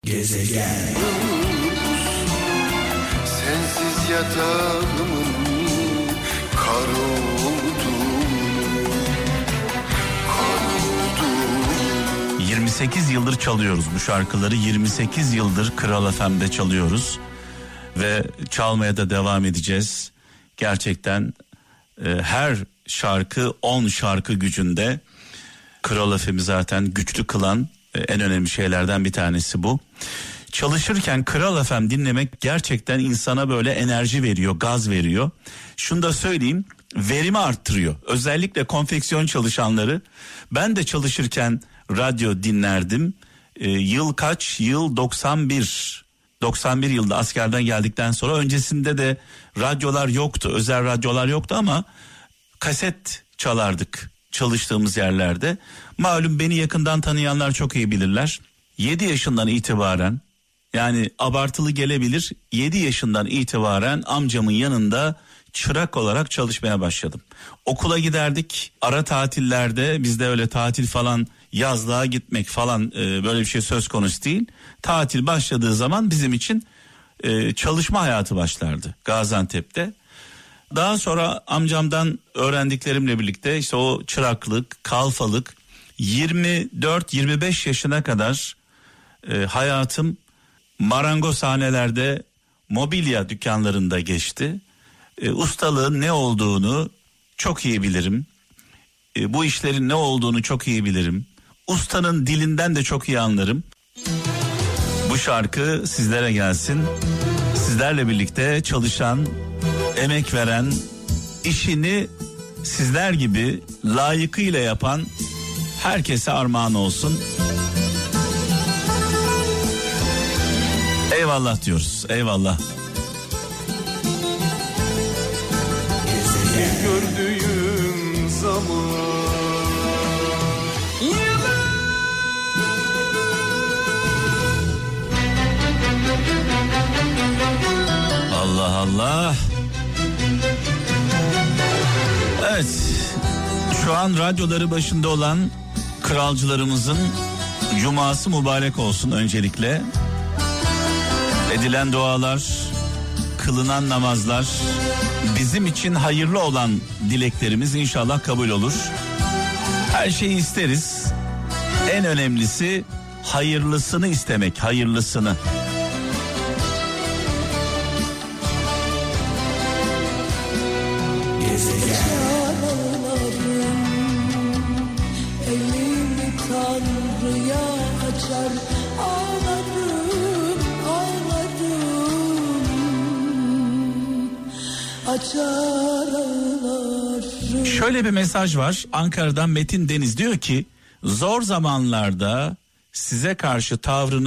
Gezegen. Sensiz yatağımın kar oldu. 28 yıldır çalıyoruz bu şarkıları. 28 yıldır Kral FM'de çalıyoruz. Ve çalmaya da devam edeceğiz. Gerçekten her şarkı 10 şarkı gücünde. Kral FM'i zaten güçlü kılan en önemli şeylerden bir tanesi bu. Çalışırken Kral FM dinlemek gerçekten insana böyle enerji veriyor, gaz veriyor. Şunu da söyleyeyim, verimi arttırıyor. Özellikle konfeksiyon çalışanları. Ben de çalışırken radyo dinlerdim. Yıl kaç? Yıl 91. 91 yılda askerden geldikten sonra, öncesinde de radyolar yoktu, özel radyolar yoktu ama kaset çalardık çalıştığımız yerlerde. Malum beni yakından tanıyanlar çok iyi bilirler. 7 yaşından itibaren, yani abartılı gelebilir, 7 yaşından itibaren amcamın yanında çırak olarak çalışmaya başladım. Okula giderdik, ara tatillerde, bizde öyle tatil falan, yazlığa gitmek falan böyle bir şey söz konusu değil. Tatil başladığı zaman bizim için çalışma hayatı başlardı Gaziantep'te. Daha sonra amcamdan öğrendiklerimle birlikte işte o çıraklık, kalfalık, 24-25 yaşına kadar hayatım marangozhanelerde, mobilya dükkanlarında geçti. Ustalığın ne olduğunu çok iyi bilirim. Bu işlerin ne olduğunu çok iyi bilirim. Ustanın dilinden de çok iyi anlarım. Bu şarkı sizlere gelsin. Sizlerle birlikte çalışan, emek veren, işini sizler gibi layıkıyla yapan herkese armağan olsun. Eyvallah diyoruz. Eyvallah. Gördüğüm zaman Allah Allah. Evet, şu an radyoları başında olan kralcılarımızın cuması mübarek olsun öncelikle. Edilen dualar, kılınan namazlar, bizim için hayırlı olan dileklerimiz inşallah kabul olur. Her şeyi isteriz. En önemlisi hayırlısını istemek, hayırlısını. Şöyle bir mesaj var. Ankara'dan Metin Deniz diyor ki, zor zamanlarda size karşı tavrını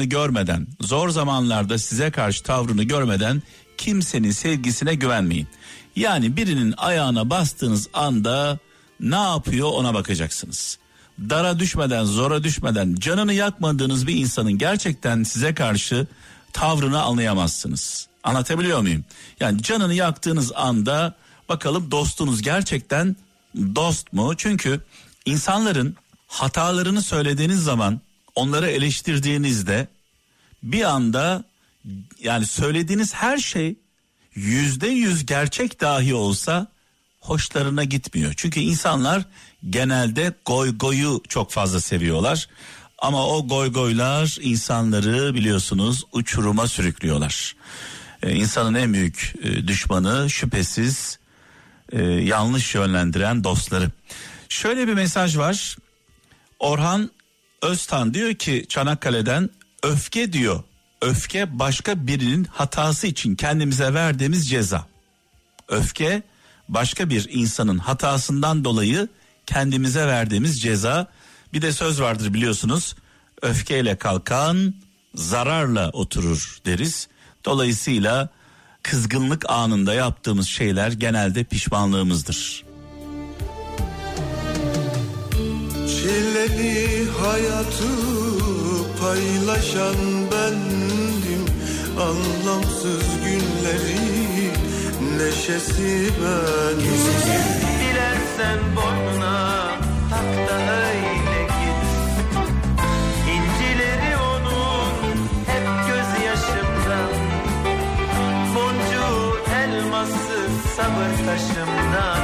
görmeden kimsenin sevgisine güvenmeyin. Yani birinin ayağına bastığınız anda ne yapıyor ona bakacaksınız. Dara düşmeden, zora düşmeden, canını yakmadığınız bir insanın gerçekten size karşı tavrını anlayamazsınız. Anlatabiliyor muyum? Yani canını yaktığınız anda bakalım dostunuz gerçekten dost mu? Çünkü insanların hatalarını söylediğiniz zaman, onları eleştirdiğinizde bir anda, yani söylediğiniz her şey %100 gerçek dahi olsa hoşlarına gitmiyor. Çünkü insanlar genelde goygoyu çok fazla seviyorlar. Ama o goygoylar insanları biliyorsunuz uçuruma sürüklüyorlar. İnsanın en büyük düşmanı şüphesiz yanlış yönlendiren dostları. Şöyle bir mesaj var. Orhan Öztan diyor ki Çanakkale'den, öfke diyor. Öfke başka birinin hatası için kendimize verdiğimiz ceza. Öfke başka bir insanın hatasından dolayı kendimize verdiğimiz ceza. Bir de söz vardır biliyorsunuz. Öfkeyle kalkan zararla oturur deriz. Dolayısıyla kızgınlık anında yaptığımız şeyler genelde pişmanlığımızdır. Çileli hayatı paylaşan bendim, anlamsız günleri neşesi ben. Dilersen boynuna tak da öyle git. İncileri onun hep sabır taşımdan,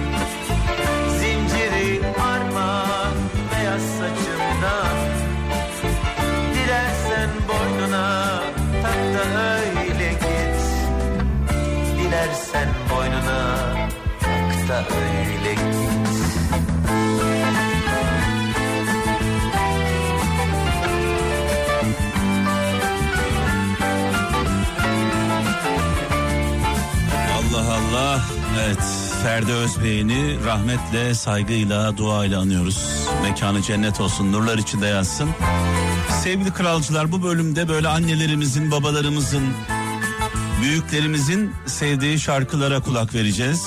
zinciri armağan beyaz saçımdan. Dilersen boynuna tak da öyle git, dilersen boynuna tak da öyle git. Allah Allah. Evet, Ferdi Özbey'ini rahmetle, saygıyla, duayla anıyoruz. Mekanı cennet olsun, nurlar içinde yatsın. Sevgili kralcılar, bu bölümde böyle annelerimizin, babalarımızın, büyüklerimizin sevdiği şarkılara kulak vereceğiz.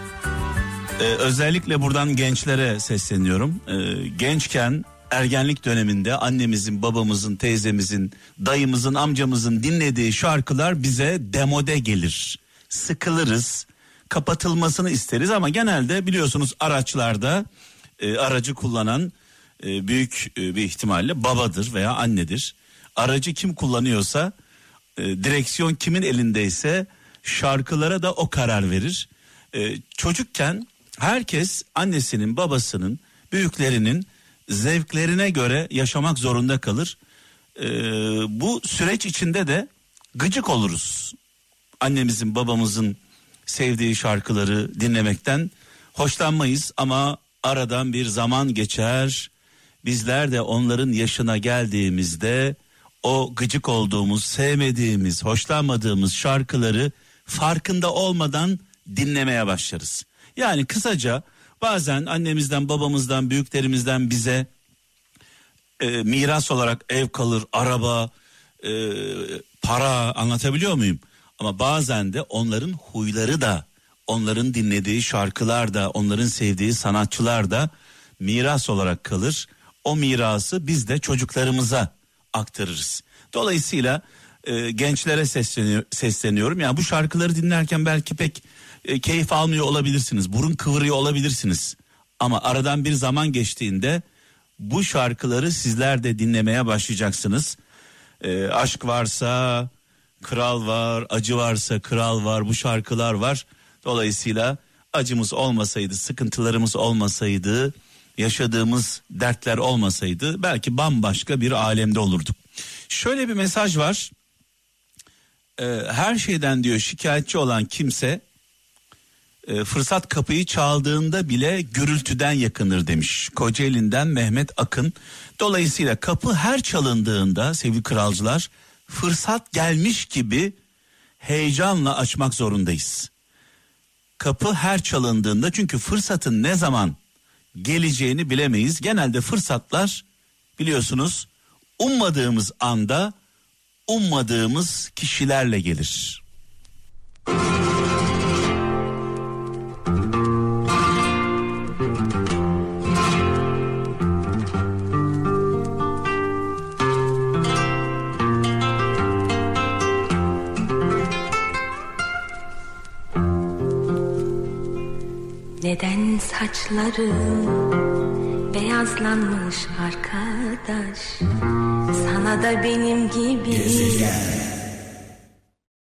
Özellikle buradan gençlere sesleniyorum. Gençken, ergenlik döneminde annemizin, babamızın, teyzemizin, dayımızın, amcamızın dinlediği şarkılar bize demode gelir. Sıkılırız, kapatılmasını isteriz ama genelde biliyorsunuz araçlarda aracı kullanan büyük bir ihtimalle babadır veya annedir. Aracı kim kullanıyorsa, direksiyon kimin elindeyse şarkılara da o karar verir. Çocukken herkes annesinin, babasının, büyüklerinin zevklerine göre yaşamak zorunda kalır. Bu süreç içinde de gıcık oluruz. Annemizin, babamızın sevdiği şarkıları dinlemekten hoşlanmayız ama aradan bir zaman geçer. Bizler de onların yaşına geldiğimizde o gıcık olduğumuz, sevmediğimiz, hoşlanmadığımız şarkıları farkında olmadan dinlemeye başlarız. Yani kısaca bazen annemizden, babamızdan, büyüklerimizden bize miras olarak ev kalır, araba, para, anlatabiliyor muyum? Ama bazen de onların huyları da, onların dinlediği şarkılar da, onların sevdiği sanatçılar da miras olarak kalır. O mirası biz de çocuklarımıza aktarırız. Dolayısıyla gençlere sesleniyorum. Yani bu şarkıları dinlerken belki pek keyif almıyor olabilirsiniz. Burun kıvırıyor olabilirsiniz. Ama aradan bir zaman geçtiğinde bu şarkıları sizler de dinlemeye başlayacaksınız. Aşk varsa kral var, acı varsa kral var, bu şarkılar var. Dolayısıyla acımız olmasaydı, sıkıntılarımız olmasaydı, yaşadığımız dertler olmasaydı belki bambaşka bir alemde olurduk. Şöyle bir mesaj var. Her şeyden diyor şikayetçi olan kimse fırsat kapıyı çaldığında bile gürültüden yakınır demiş. Kocaeli'nden Mehmet Akın. Dolayısıyla kapı her çalındığında sevgili kralcılar, fırsat gelmiş gibi heyecanla açmak zorundayız. Kapı her çalındığında, çünkü fırsatın ne zaman geleceğini bilemeyiz. Genelde fırsatlar biliyorsunuz ummadığımız anda, ummadığımız kişilerle gelir. Neden saçların beyazlanmış arkadaş, sana da benim gibi